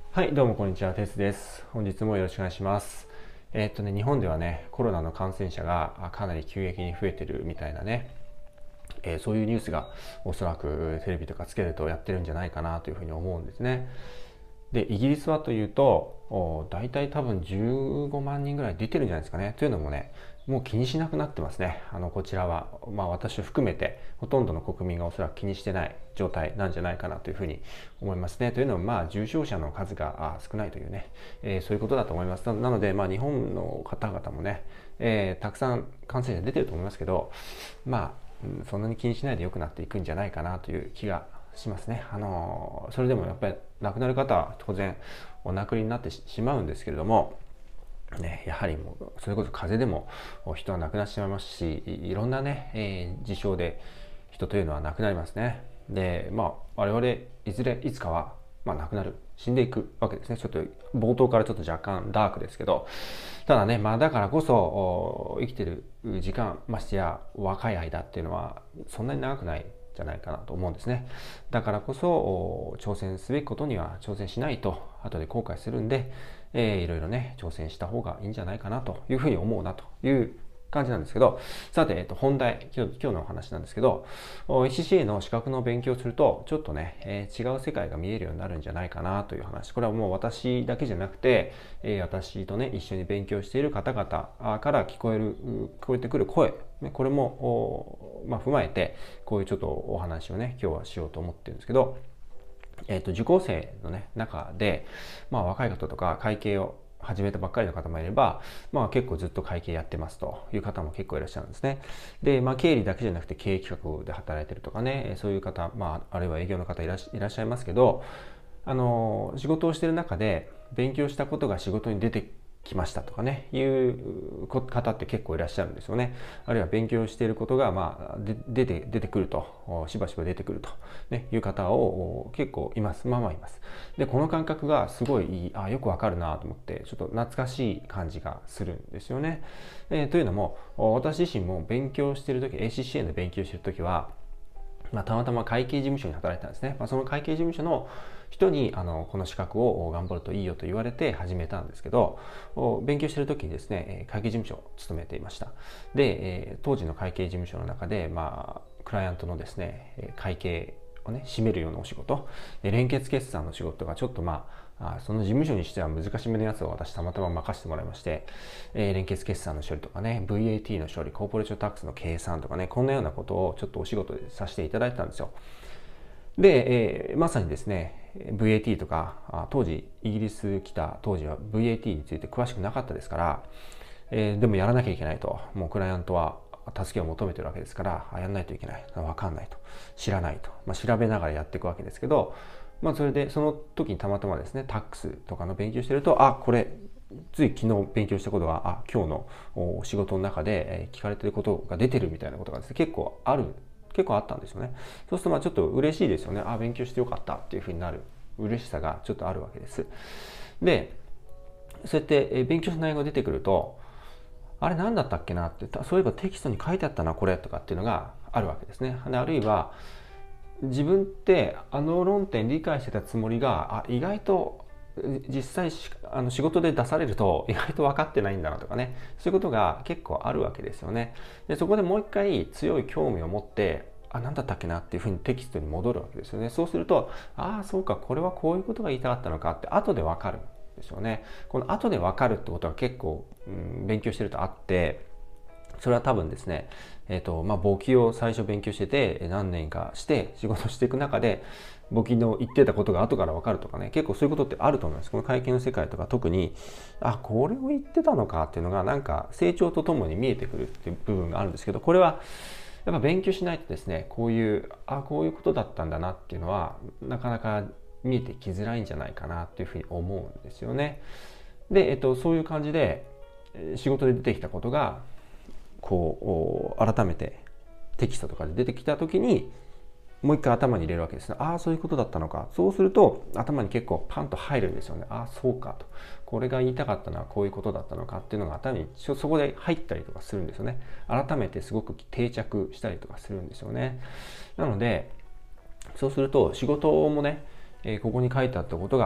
はい、どうもこんにちは、テスです。本日もよろしくお願いします。日本ではね、コロナの感染者がかなり急激に増えてるみたいなね、そういうニュースがおそらくテレビとかつけるとやってるんじゃないかなというふうに思うんですね。で、イギリスはというと、大体多分15万人ぐらい出てるんじゃないですかね。というのもね、もう気にしなくなってますね。こちらは、私を含めて、ほとんどの国民がおそらく気にしてない状態なんじゃないかなというふうに思いますね。というのも、重症者の数が少ないというね、そういうことだと思います。なので、日本の方々もね、たくさん感染者出てると思いますけど、そんなに気にしないで良くなっていくんじゃないかなという気がしますね。それでもやっぱり亡くなる方は当然お亡くなりになってしまうんですけれども、ね、やはりもうそれこそ風邪でも人は亡くなってしまいますし、いろんなね、事象で人というのは亡くなりますね。で、我々いずれいつかは、亡くなる、死んでいくわけですね。ちょっと冒頭からちょっと若干ダークですけど、ただね、だからこそ生きてる時間、ましてや若い間っていうのはそんなに長くないじゃないかなと思うんですね。だからこそ挑戦すべきことには挑戦しないと後で後悔するんで、いろいろね挑戦した方がいいんじゃないかなというふうに思うなという感じなんですけど、さて、本題、今日のお話なんですけど、ACCA の資格の勉強をすると、ちょっとね、違う世界が見えるようになるんじゃないかなという話。これはもう私だけじゃなくて、私とね、一緒に勉強している方々から聞こえてくる声、これも、踏まえて、こういうちょっとお話をね、今日はしようと思ってるんですけど、受講生のね、中で、若い方とか会計を始めたばっかりの方もいれば、結構ずっと会計やってますという方も結構いらっしゃるんですね。で、経理だけじゃなくて経営企画で働いてるとかね、そういう方、あるいは営業の方いらっしゃいますけど、仕事をしてる中で勉強したことが仕事に出てきましたとかね、いう方って結構いらっしゃるんですよね。あるいは勉強していることが、出てくると、しばしば出てくると、ね、いう方を結構います。います。で、この感覚がすごいよくわかるなと思って、ちょっと懐かしい感じがするんですよね。というのも、私自身も勉強しているとき、ACCA の勉強しているときは、たまたま会計事務所に働いてたんですね。その会計事務所の人にこの資格を頑張るといいよと言われて始めたんですけど、勉強している時にですね、会計事務所を務めていました。で、当時の会計事務所の中で、クライアントのですね、会計をね、占めるようなお仕事、で連結決算の仕事がちょっとその事務所にしては難しめのやつを私たまたま任せてもらいまして、連結決算の処理とかね、VAT の処理、コーポレーションタックスの計算とかね、こんなようなことをちょっとお仕事でさせていただいてたんですよ。で、まさにですね、VAT とか、当時イギリス来た当時は VAT について詳しくなかったですから、でもやらなきゃいけないと、もうクライアントは助けを求めてるわけですから、やらないといけない、分かんないと、知らないと、調べながらやっていくわけですけど、それでその時にたまたまですね、タックスとかの勉強してると、これつい昨日勉強したことが今日の仕事の中で聞かれてることが出てるみたいなことがですね、結構あったんですよね。そうするとちょっと嬉しいですよね。勉強してよかったっていうふうになる嬉しさがちょっとあるわけです。で、そうやって勉強した内容が出てくると、あれ何だったっけなって、そういえばテキストに書いてあったなこれとかっていうのがあるわけですね。で、あるいは自分って論点理解してたつもりが意外と実際仕事で出されると意外と分かってないんだなとかね、そういうことが結構あるわけですよね。で、そこでもう一回強い興味を持って何だったっけなっていうふうにテキストに戻るわけですよね。そうするとそうか、これはこういうことが言いたかったのかって後で分かるんですよね。この後で分かるってことは結構、勉強してるとあって、それは多分ですね、簿記を最初勉強してて何年かして仕事していく中で簿記の言ってたことが後から分かるとかね、結構そういうことってあると思います。この会計の世界とか特にこれを言ってたのかっていうのがなんか成長とともに見えてくるっていう部分があるんですけど、これはやっぱ勉強しないとですね、こういうことだったんだなっていうのはなかなか見えてきづらいんじゃないかなっていうふうに思うんですよね。で、そういう感じで仕事で出てきたことが改めてテキストとかで出てきた時にもう一回頭に入れるわけですね。そういうことだったのか。そうすると頭に結構パンと入るんですよね。そうかと。これが言いたかったのはこういうことだったのかっていうのが頭にそこで入ったりとかするんですよね。改めてすごく定着したりとかするんですよね。なのでそうすると仕事もね、ここに書いてあったことが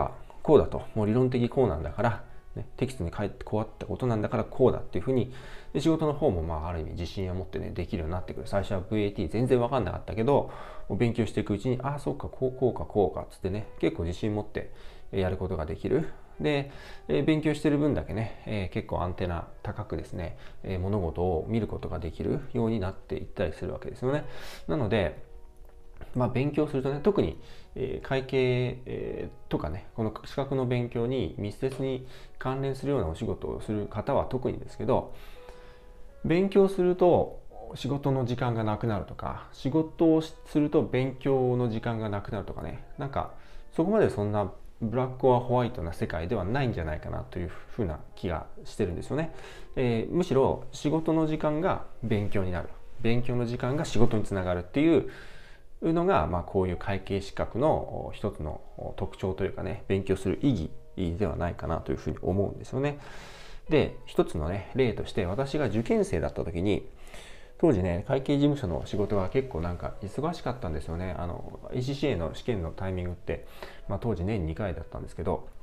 こうだと、もう理論的こうなんだから、ね、テキストに書いてこうあったことなんだからこうだっていうふうに、で仕事の方もある意味自信を持ってねできるようになってくる。最初は VAT 全然分かんなかったけど、勉強していくうちにそうかこうかっつってね、結構自信持ってやることができる。で、勉強してる分だけね、結構アンテナ高くですね、物事を見ることができるようになっていったりするわけですよね。なので勉強するとね、特に会計とかね、この資格の勉強に密接に関連するようなお仕事をする方は特にですけど、勉強すると仕事の時間がなくなるとか、仕事をすると勉強の時間がなくなるとかね、なんかそこまでそんなブラックオアホワイトな世界ではないんじゃないかなというふうな気がしてるんですよね。むしろ仕事の時間が勉強になる、勉強の時間が仕事につながるっていうのが、こういう会計資格の一つの特徴というかね、勉強する意義ではないかなというふうに思うんですよね。で、一つのね例として、私が受験生だった時に、当時ね会計事務所の仕事が結構なんか忙しかったんですよね。ACCA の試験のタイミングって、当時年2回だったんですけど、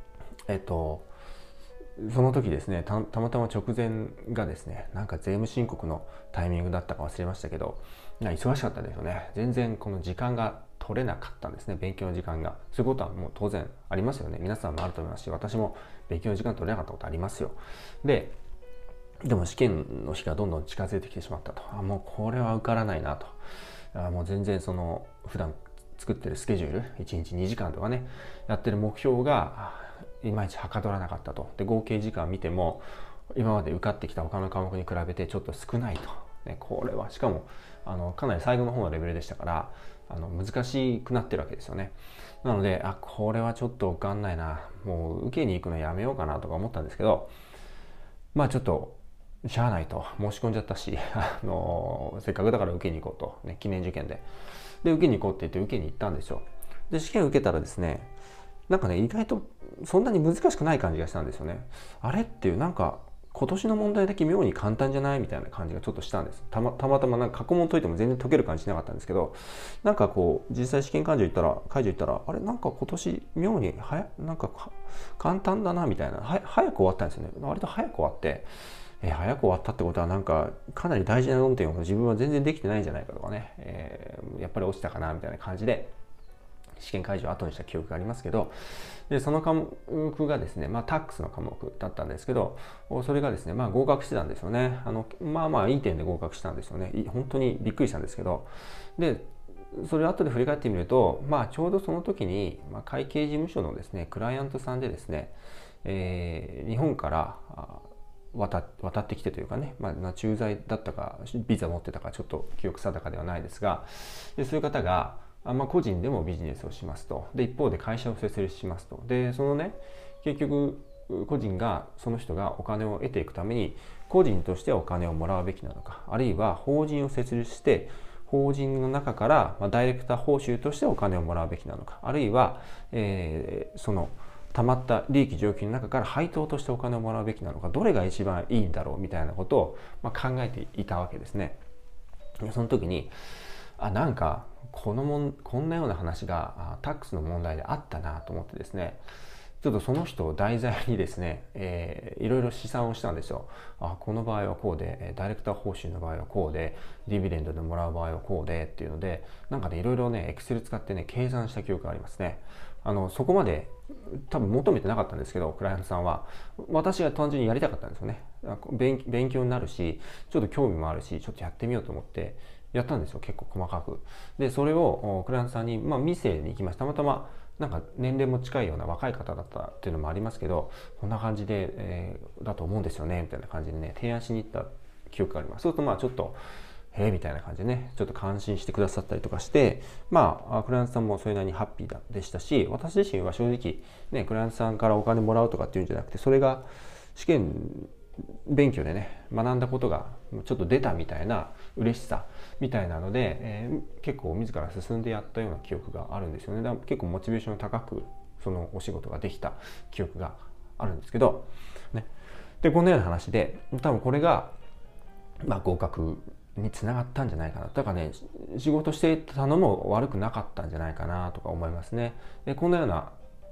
その時ですね、たまたま直前がですね、なんか税務申告のタイミングだったか忘れましたけど、忙しかったですよね。全然この時間が取れなかったんですね、勉強の時間が。そういうことはもう当然ありますよね。皆さんもあると思いますし、私も勉強の時間取れなかったことありますよ。でも試験の日がどんどん近づいてきてしまったと。もうこれは受からないなと。もう全然その普段作ってるスケジュール、1日2時間とかね、やってる目標がいまいちはかどらなかったと。で、合計時間見ても今まで受かってきた他の科目に比べてちょっと少ないと。これはしかもかなり最後の方のレベルでしたから、難しくなってるわけですよね。なので、これはちょっと受かんないな、もう受けに行くのやめようかなとか思ったんですけど、ちょっとしゃあないと、申し込んじゃったしせっかくだから受けに行こうと、ね、記念受験で受けに行こうって言って受けに行ったんですよ。で試験受けたらですね、なんかね意外とそんなに難しくない感じがしたんですよね。あれっていう、なんか今年の問題だけ妙に簡単じゃないみたいな感じがちょっとしたんです。たまたまなんか過去問解いても全然解ける感じしなかったんですけど、なんかこう実際試験会場行ったらあれなんか今年妙になんか簡単だなみたいな、早く終わったんですよね。割と早く終わって、早く終わったってことはなんかかなり大事な論点を自分は全然できてないんじゃないかとかね、やっぱり落ちたかなみたいな感じで試験会場を後にした記憶がありますけど、でその科目がですね、タックスの科目だったんですけど、それがですね、合格してたんですよね。いい点で合格したんですよね。本当にびっくりしたんですけど、でそれを後で振り返ってみると、ちょうどその時に、会計事務所のですねクライアントさんでですね、日本から渡ってきてというかね、駐在だったかビザ持ってたかちょっと記憶定かではないですが、そういう方が個人でもビジネスをしますと。で一方で会社を設立しますと。でそのね、結局個人がその人がお金を得ていくために個人としてお金をもらうべきなのか、あるいは法人を設立して法人の中からダイレクター報酬としてお金をもらうべきなのか、あるいは、そのたまった利益上金の中から配当としてお金をもらうべきなのか、どれが一番いいんだろうみたいなことを考えていたわけですね。その時になんかこんなような話がタックスの問題であったなと思ってですね、ちょっとその人を題材にですね、いろいろ試算をしたんですよ。この場合はこうで、ダイレクター報酬の場合はこうで、ディビデンドでもらう場合はこうでっていうので、なんかねいろいろねエクセル使ってね計算した記憶がありますね。そこまで多分求めてなかったんですけど、クライアントさんは私が単純にやりたかったんですよね。勉強になるし、ちょっと興味もあるし、ちょっとやってみようと思ってやったんですよ、結構細かく。でそれをクライアントさんに見せに行きました。たまたまなんか年齢も近いような若い方だったっていうのもありますけど、こんな感じで、だと思うんですよねみたいな感じでね提案しに行った記憶があります。そうするとちょっとみたいな感じでね、ちょっと感心してくださったりとかして、クライアントさんもそれなりにハッピーでしたし、私自身は正直ねクライアントさんからお金もらうとかっていうんじゃなくて、それが試験勉強でね学んだことがちょっと出たみたいな嬉しさみたいなので、結構自ら進んでやったような記憶があるんですよね。だから結構モチベーション高くそのお仕事ができた記憶があるんですけど、ね、でこのような話で多分これが合格につながったんじゃないかな。だからね仕事してたのも悪くなかったんじゃないかなとか思いますね。でこんなような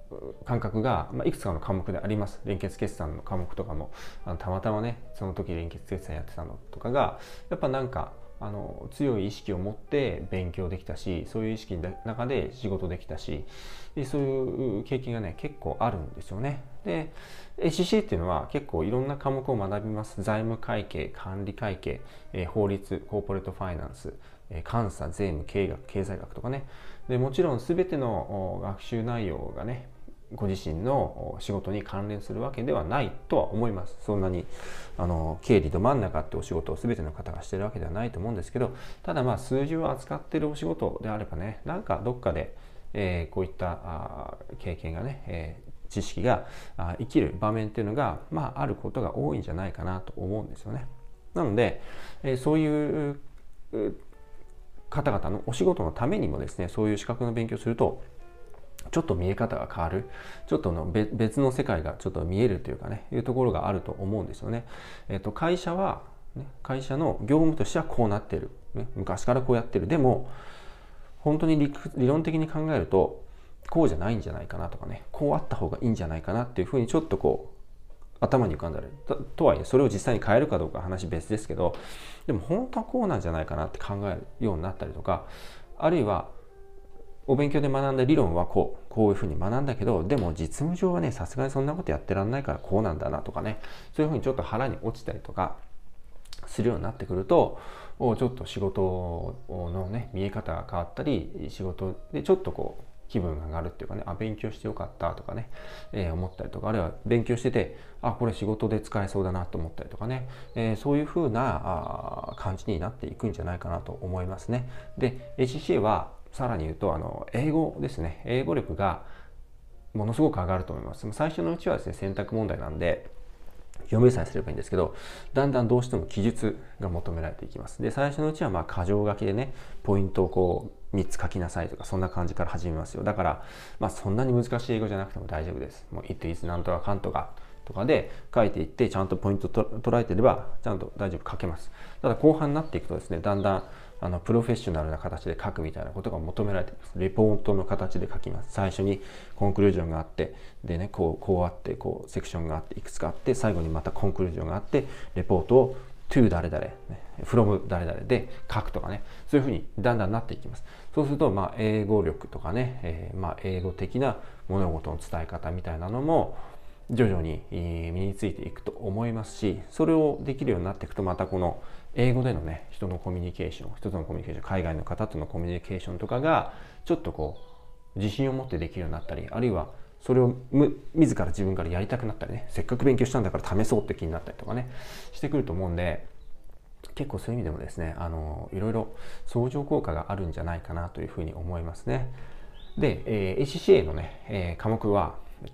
感覚が、いくつかの科目であります。連結決算の科目とかもたまたまねその時連結決算やってたのとかがやっぱなんか強い意識を持って勉強できたし、そういう意識の中で仕事できたし、そういう経験がね結構あるんですよね。で ACCA っていうのは結構いろんな科目を学びます。財務会計、管理会計、法律、コーポレートファイナンス、監査、税務、経営学、経済学とかね。でもちろん全ての学習内容がねご自身の仕事に関連するわけではないとは思います。そんなに経理ど真ん中ってお仕事を全ての方がしてるわけではないと思うんですけど、ただ数字を扱っているお仕事であればね、なんかどっかで、こういった経験がね、知識が生きる場面っていうのが、あることが多いんじゃないかなと思うんですよね。なので、そういう方々のお仕事のためにもですね、そういう資格の勉強をするとちょっと見え方が変わる、ちょっと別の世界がちょっと見えるというかね、いうところがあると思うんですよね。会社は、会社の業務としてはこうなっている、昔からこうやってる。でも本当に理論的に考えるとこうじゃないんじゃないかなとかね、こうあった方がいいんじゃないかなっていうふうにちょっとこう頭に浮かんだり とはいえ、それを実際に変えるかどうかは話別ですけど、でも本当はこうなんじゃないかなって考えるようになったりとか、あるいはお勉強で学んだ理論はこういうふうに学んだけど、でも実務上はねさすがにそんなことやってらんないからこうなんだなとかね、そういうふうにちょっと腹に落ちたりとかするようになってくると、ちょっと仕事のね見え方が変わったり、仕事でちょっとこう気分が上がるっていうかね、勉強してよかったとかね、思ったりとか、あるいは勉強しててこれ仕事で使えそうだなと思ったりとかね、そういう風な感じになっていくんじゃないかなと思いますね。で ACCA はさらに言うと英語ですね。英語力がものすごく上がると思います。最初のうちはですね選択問題なんで読めさえすればいいんですけど、だんだんどうしても記述が求められていきます。で最初のうちは箇条書きでねポイントをこう3つ書きなさいとか、そんな感じから始めますよ。だからそんなに難しい英語じゃなくても大丈夫です。もう It is なんとかかんとかとかで書いていって、ちゃんとポイント捉えていればちゃんと大丈夫書けます。ただ後半になっていくとですね、だんだんプロフェッショナルな形で書くみたいなことが求められています。レポートの形で書きます。最初にコンクルージョンがあって、でねこうあって、こうセクションがあって、いくつかあって、最後にまたコンクルージョンがあって、レポートを to 誰々、from 誰々で書くとかね、そういうふうにだんだんなっていきます。そうすると英語力とかね、英語的な物事の伝え方みたいなのも徐々に身についていくと思いますし、それをできるようになっていくと、またこの英語でのね人のコミュニケーション、一つのコミュニケーション、海外の方とのコミュニケーションとかがちょっとこう自信を持ってできるようになったり、あるいはそれを自ら自分からやりたくなったりね、せっかく勉強したんだから試そうって気になったりとかねしてくると思うんで、結構そういう意味でもですねいろいろ相乗効果があるんじゃないかなというふうに思いますね。で、ACCA のね、科目は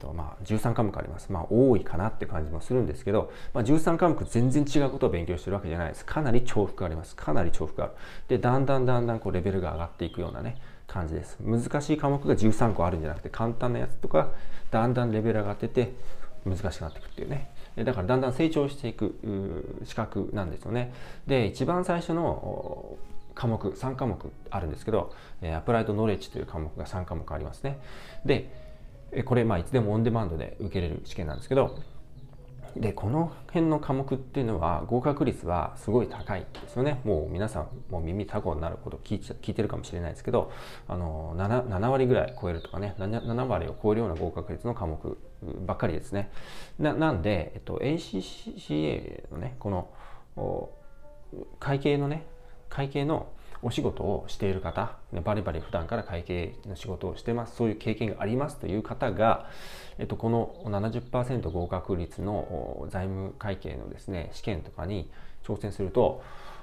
13科目あります。多いかなって感じもするんですけど、13科目全然違うことを勉強してるわけじゃないです。かなり重複あります。かなり重複ある。で、だんだんこうレベルが上がっていくようなね感じです。難しい科目が13個あるんじゃなくて、簡単なやつとかだんだんレベル上がってて難しくなっていくっていうね。だからだんだん成長していく資格なんですよね。で、一番最初の科目3科目あるんですけど、アプライドノレッジという科目が3科目ありますね。でこれいつでもオンデマンドで受けれる試験なんですけど、でこの辺の科目っていうのは合格率はすごい高いんですよね。もう皆さんもう耳たこになるほど聞いてるかもしれないですけど、7割ぐらい超えるとかね、7割を超えるような合格率の科目ばっかりですね。なんで、ACCA のねこの会計のお仕事をしている方、バリバリ普段から会計の仕事をしてます、そういう経験がありますという方が、この 70% 合格率の財務会計のですね試験とかに挑戦すると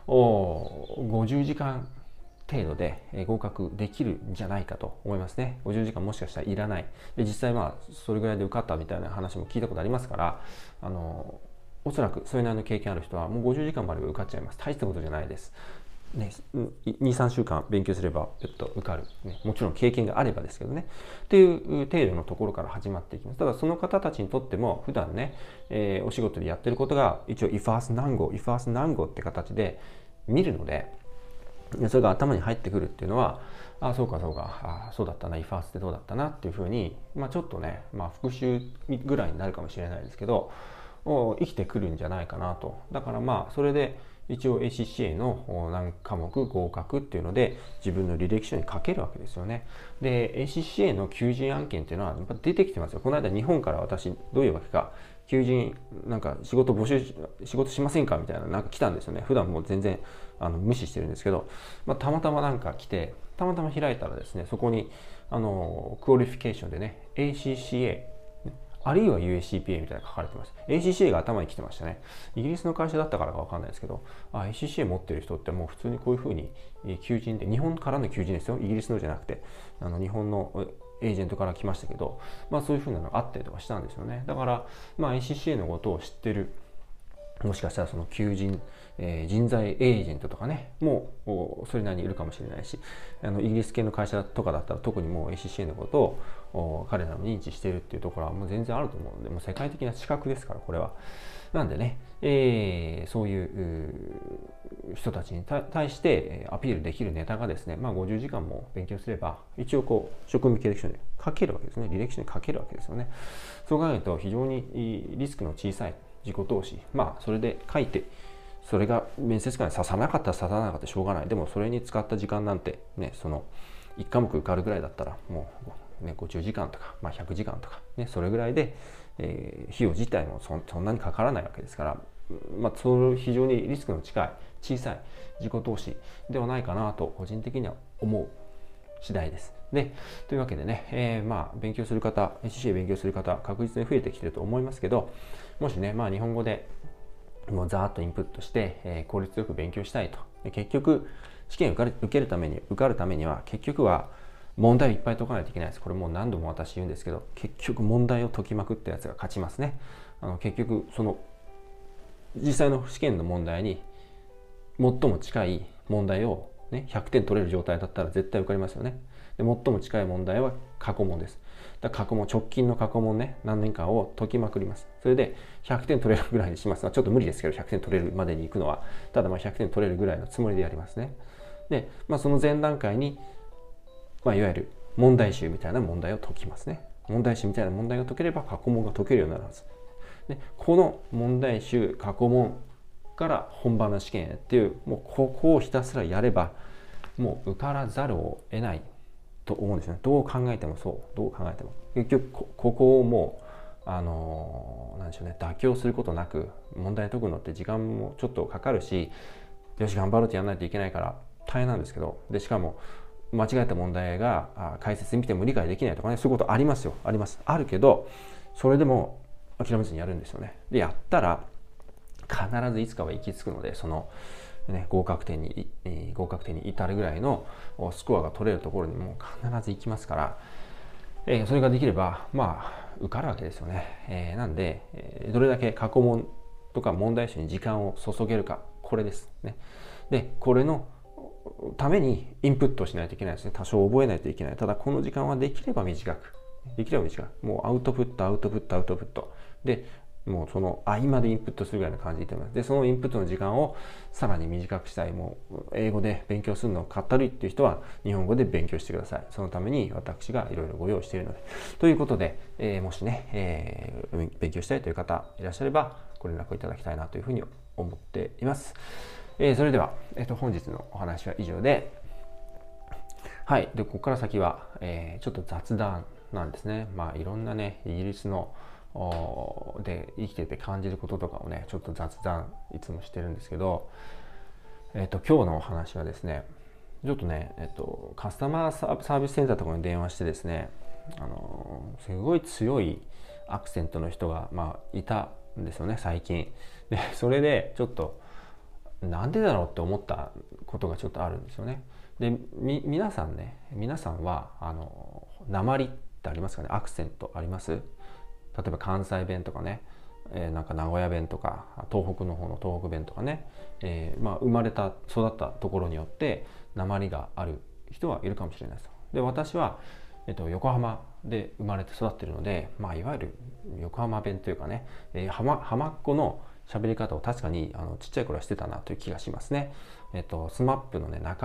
50時間程度で合格できるんじゃないかと思いますね。50時間もしかしたらいらない。で実際それぐらいで受かったみたいな話も聞いたことありますから、おそらくそれなりの経験ある人はもう50時間まで受かっちゃいます。大したことじゃないです。ね、2、3週間勉強すれば受かる、ね、もちろん経験があればですけどねっていう程度のところから始まっていきます。ただその方たちにとっても普段ね、お仕事でやってることが一応 IFRS 何号って形で見るので、それが頭に入ってくるっていうのはあ、そうかそうか、あ、そうだったな、イファースってどうだったなっていうふうに、ちょっとね、復習ぐらいになるかもしれないですけど、生きてくるんじゃないかなと。だからそれで一応 ACCA の何科目合格っていうので自分の履歴書に書けるわけですよね。で ACCA の求人案件っていうのはやっぱ出てきてますよ。この間日本から私どういうわけか、求人なんか仕事しませんかみたいななんか来たんですよね。普段もう全然無視してるんですけど、たまたまなんか来て、たまたま開いたらですね、そこにクオリフィケーションでね ACCAあるいは USCPA みたいな書かれてます。ACCA が頭に来てましたね。イギリスの会社だったからかわかんないですけど、ACCA 持ってる人ってもう普通にこういうふうに求人で、日本からの求人ですよ。イギリスのじゃなくて、日本のエージェントから来ましたけど、そういうふうなのがあったりとかしたんですよね。だから、ACCA のことを知ってる、もしかしたらその求人、人材エージェントとかね、もうそれなりにいるかもしれないし、イギリス系の会社とかだったら特にもう ACCA のことを彼らも認知しているっていうところはもう全然あると思うので、もう世界的な資格ですから、これは。なんでね、そういう人たちに対してアピールできるネタがですね、50時間も勉強すれば、一応職務経歴書に書けるわけですね。履歴書に書けるわけですよね。そう考えると非常にリスクの小さい自己投資、それで書いて、それが面接官に刺さなかったら刺さなかったらしょうがない。でもそれに使った時間なんてね、その1科目受かるぐらいだったらもう、50時間とか、100時間とか、それぐらいで、費用自体もそんなにかからないわけですから、それ非常にリスクの近い小さい自己投資ではないかなと個人的には思う次第です。で、というわけでね、勉強する方、ACCA 勉強する方、確実に増えてきていると思いますけど、もしね、日本語でもうざーっとインプットして、効率よく勉強したいと。で結局、試験受かるためには、結局は問題をいっぱい解かないといけないです。これもう何度も私言うんですけど、結局問題を解きまくったやつが勝ちますね。結局、その実際の試験の問題に最も近い問題を100点取れる状態だったら絶対受かりますよね。で、最も近い問題は過去問です。過去問、直近の過去問ね、何年間を解きまくります。それで100点取れるぐらいにします。ちょっと無理ですけど、100点取れるまでに行くのは、ただ100点取れるぐらいのつもりでやりますね。で、その前段階に、いわゆる問題集みたいな問題を解きますね。問題集みたいな問題が解ければ過去問が解けるようになるはず。で、この問題集、過去問から本番の試験へっていう、もうここをひたすらやれば、もう受からざるを得ないと思うんですよね。どう考えてもどう考えても。結局、ここをもう、なんでしょうね、妥協することなく、問題解くのって時間もちょっとかかるし、よし、頑張ろうとやらないといけないから大変なんですけど、で、しかも、間違えた問題が解説見ても理解できないとかね、そういうことありますよ。あります。あるけど、それでも諦めずにやるんですよね。で、やったら、必ずいつかは行き着くので、その、合格点に至るぐらいのスコアが取れるところにも必ず行きますから、それができれば受かるわけですよね。なんで、どれだけ過去問とか問題集に時間を注げるか、これですね。で、これのためにインプットしないといけないですね。多少覚えないといけない。ただこの時間はできれば短く、もうアウトプットで、もうその合間でインプットするぐらいの感じでいいと思います。で、そのインプットの時間をさらに短くしたい、もう英語で勉強するのかったるいっていう人は日本語で勉強してください。そのために私がいろいろご用意しているので。ということで、もしね、勉強したいという方いらっしゃればご連絡をいただきたいなというふうに思っています。それでは、本日のお話は以上で、はい。で、ここから先は、ちょっと雑談なんですね。いろんなね、イギリスので生きてて感じることとかをね、ちょっと雑談いつもしてるんですけど、今日のお話はですね、ちょっとね、カスタマーサービスセンターとかに電話してですね、すごい強いアクセントの人が、いたんですよね、最近。で、それでちょっとなんでだろうって思ったことがちょっとあるんですよね。で、皆さんは訛りってありますかね。アクセントあります？例えば関西弁とかね、なんか名古屋弁とか東北の方の東北弁とかね、生まれた育ったところによって訛りがある人はいるかもしれないです。で、私は、横浜で生まれて育っているので、いわゆる横浜弁というかね、浜っ子の喋り方を確かにちっちゃい頃はしてたなという気がしますね。スマップのね、中居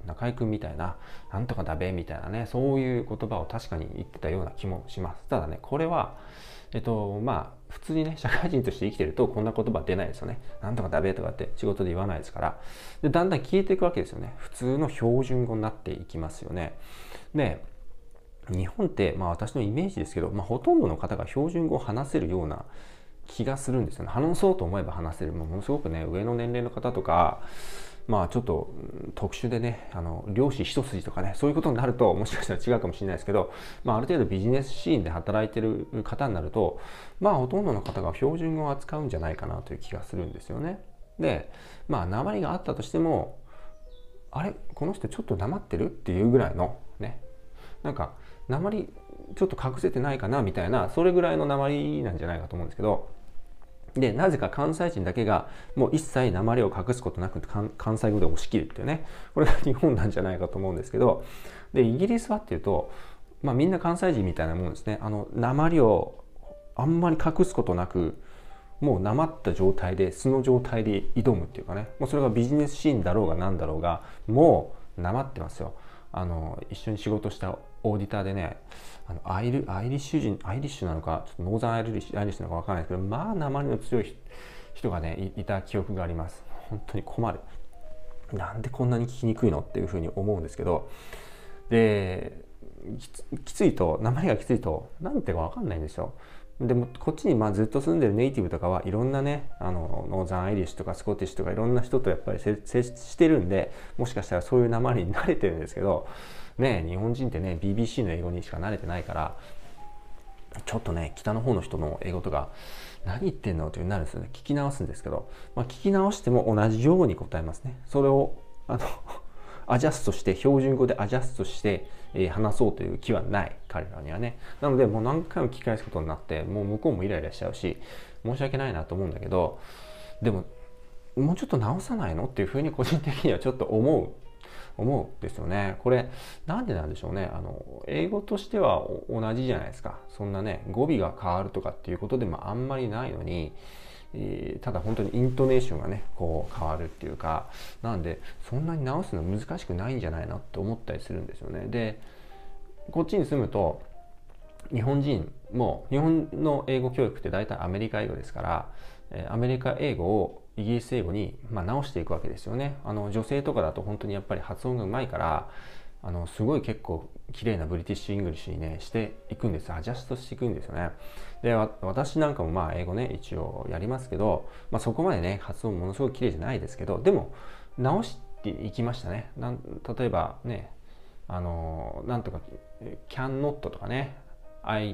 中居君みたいな、なんとかだべみたいなね、そういう言葉を確かに言ってたような気もします。ただね、これはまあ普通にね、社会人として生きてるとこんな言葉出ないですよね。なんとかだべとかって仕事で言わないですから。で、だんだん消えていくわけですよね。普通の標準語になっていきますよね。で、日本って、まあ私のイメージですけど、まあほとんどの方が標準語を話せるような気がするんですよね。話そうと思えば話せる。ものすごくね、上の年齢の方とか、まあちょっと特殊でね、漁師一筋とかね、そういうことになるともしかしたら違うかもしれないですけど、まあある程度ビジネスシーンで働いてる方になると、まあほとんどの方が標準語を扱うんじゃないかなという気がするんですよね。で、まあ訛りがあったとしても、あれこの人ちょっと訛ってるっていうぐらいのね、なんか訛りちょっと隠せてないかなみたいな、それぐらいの訛りなんじゃないかと思うんですけど、で、なぜか関西人だけがもう一切訛りを隠すことなく関西語で押し切るっていうね、これが日本なんじゃないかと思うんですけど、で、イギリスはっていうと、まあみんな関西人みたいなもんですね。訛りをあんまり隠すことなく、もうなまった状態で素の状態で挑むっていうかね、もうそれがビジネスシーンだろうが何だろうが、もうなまってますよ。一緒に仕事したオーディターでね、アイリッシュなのか、ちょっとノーザンアイリッシュなのか分からないですけど、まあ訛りの強い人がね いた記憶があります。本当に困る。なんでこんなに聞きにくいのっていうふうに思うんですけど、で、きついと、訛りがきついと何言ってるか分かんないんですよ。でもこっちにまあずっと住んでるネイティブとかはいろんなね、ノーザンアイリッシュとかスコティッシュとかいろんな人とやっぱり接してるんで、もしかしたらそういう訛りに慣れてるんですけどね、日本人ってね BBC の英語にしか慣れてないから、ちょっとね北の方の人の英語とか何言ってんのというなるんですよね。聞き直すんですけど、まあ、聞き直しても同じように答えますね。それをアジャストして、標準語でアジャストして、話そうという気はない、彼らにはね。なのでもう何回も聞き返すことになって、もう向こうもイライラしちゃうし、申し訳ないなと思うんだけど、でももうちょっと直さないのっていうふうに個人的にはちょっと思うんですよね。これなんでなんでしょうね。英語としては同じじゃないですか。そんなね語尾が変わるとかっていうことでもあんまりないのに、ただ本当にイントネーションがねこう変わるっていうか、なんでそんなに直すの難しくないんじゃないのって思ったりするんですよね。で、こっちに住むと日本人も、日本の英語教育って大体アメリカ英語ですから、アメリカ英語をイギリス英語に直していくわけですよね。女性とかだと本当にやっぱり発音がうまいから、すごい結構綺麗なブリティッシュイングリッシュにねしていくんです。アジャストしていくんですよね。で、私なんかもまあ英語ね一応やりますけど、そこまでね発音ものすごい綺麗じゃないですけど、でも直していきましたね。例えばね、なんとか can not とかね、I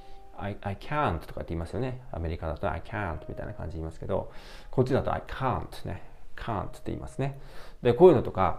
can't とかって言いますよね。アメリカだと I can't みたいな感じで言いますけど、こっちだと I can't ね、can't って言いますね。で、こういうのとか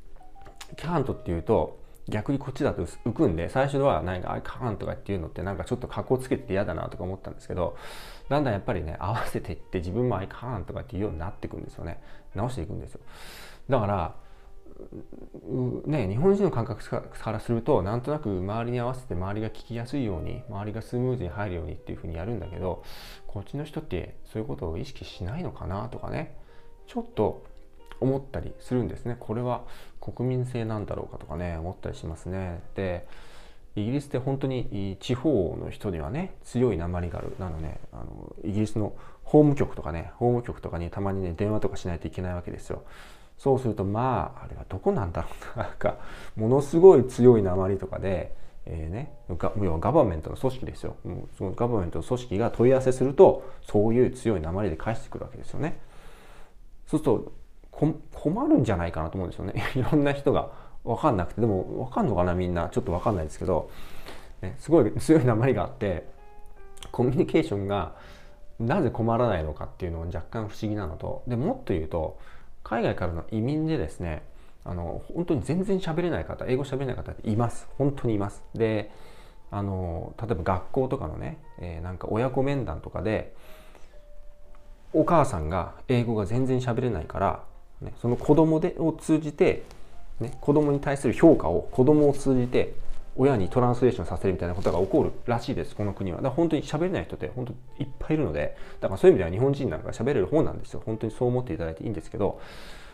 can't って言うと逆にこっちだと浮くんで、最初はなんか I can't とかっていうのってなんかちょっと格好つけて嫌だなとか思ったんですけど、だんだんやっぱりね合わせていって自分も I can't とかっていうようになっていくんですよね。直していくんですよ。だからね、日本人の感覚からするとなんとなく周りに合わせて周りが聞きやすいように、周りがスムーズに入るようにっていう風にやるんだけど、こっちの人ってそういうことを意識しないのかなとかね、ちょっと思ったりするんですね。これは国民性なんだろうかとかね思ったりしますね。で、イギリスって本当に地方の人にはね強い訛りがある。なので、イギリスの法務局とかにたまにね電話とかしないといけないわけですよ。そうするとあれはどこなんだろうな、なんかものすごい強い訛りとかで、要はガバメントの組織ですよ。そのガバメントの組織が問い合わせするとそういう強い訛りで返してくるわけですよね。そうすると困るんじゃないかなと思うんですよね。いろんな人が分かんなくて、でも分かんのかなみんな、ちょっと分かんないですけど、すごい強い訛りがあってコミュニケーションがなぜ困らないのかっていうのは若干不思議なのと、でもっと言うと海外からの移民でですね、本当に全然喋れない方、英語喋れない方っています。本当にいます。で、例えば学校とかのね、なんか親子面談とかでお母さんが英語が全然喋れないから、ね、その子供を通じて、ね、子供に対する評価を子供を通じて親にトランスレーションさせるみたいなことが起こるらしいです、この国は。だから本当に喋れない人って本当にいっぱいいるので、だからそういう意味では日本人なんか喋れる方なんですよ。本当にそう思っていただいていいんですけど、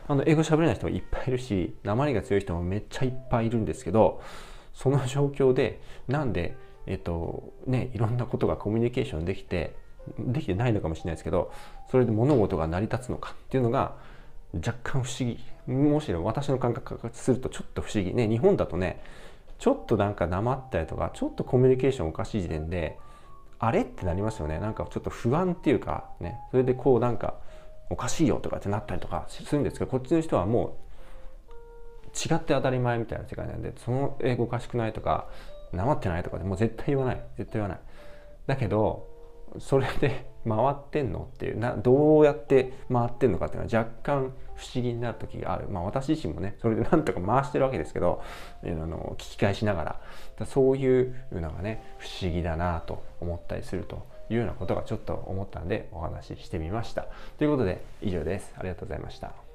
英語喋れない人もいっぱいいるし、訛りが強い人もめっちゃいっぱいいるんですけど、その状況でなんでいろんなことがコミュニケーションできてないのかもしれないですけど、それで物事が成り立つのかっていうのが若干不思議。むしろ私の感覚からするとちょっと不思議ね。日本だとね、ちょっとなんかなまったりとか、ちょっとコミュニケーションおかしい時点であれってなりますよね。なんかちょっと不安っていうかね、それでこうなんかおかしいよとかってなったりとかするんですけど、こっちの人はもう違って当たり前みたいな世界なんで、その英語おかしくないとかなまってないとかでもう絶対言わない、絶対言わない。だけどそれで回ってんのっていうどうやって回ってんのかっていうのは若干不思議になる時がある。私自身もねそれでなんとか回してるわけですけど、聞き返しながらそういうのがね不思議だなと思ったりするというようなことがちょっと思ったんでお話ししてみました。ということで以上です。ありがとうございました。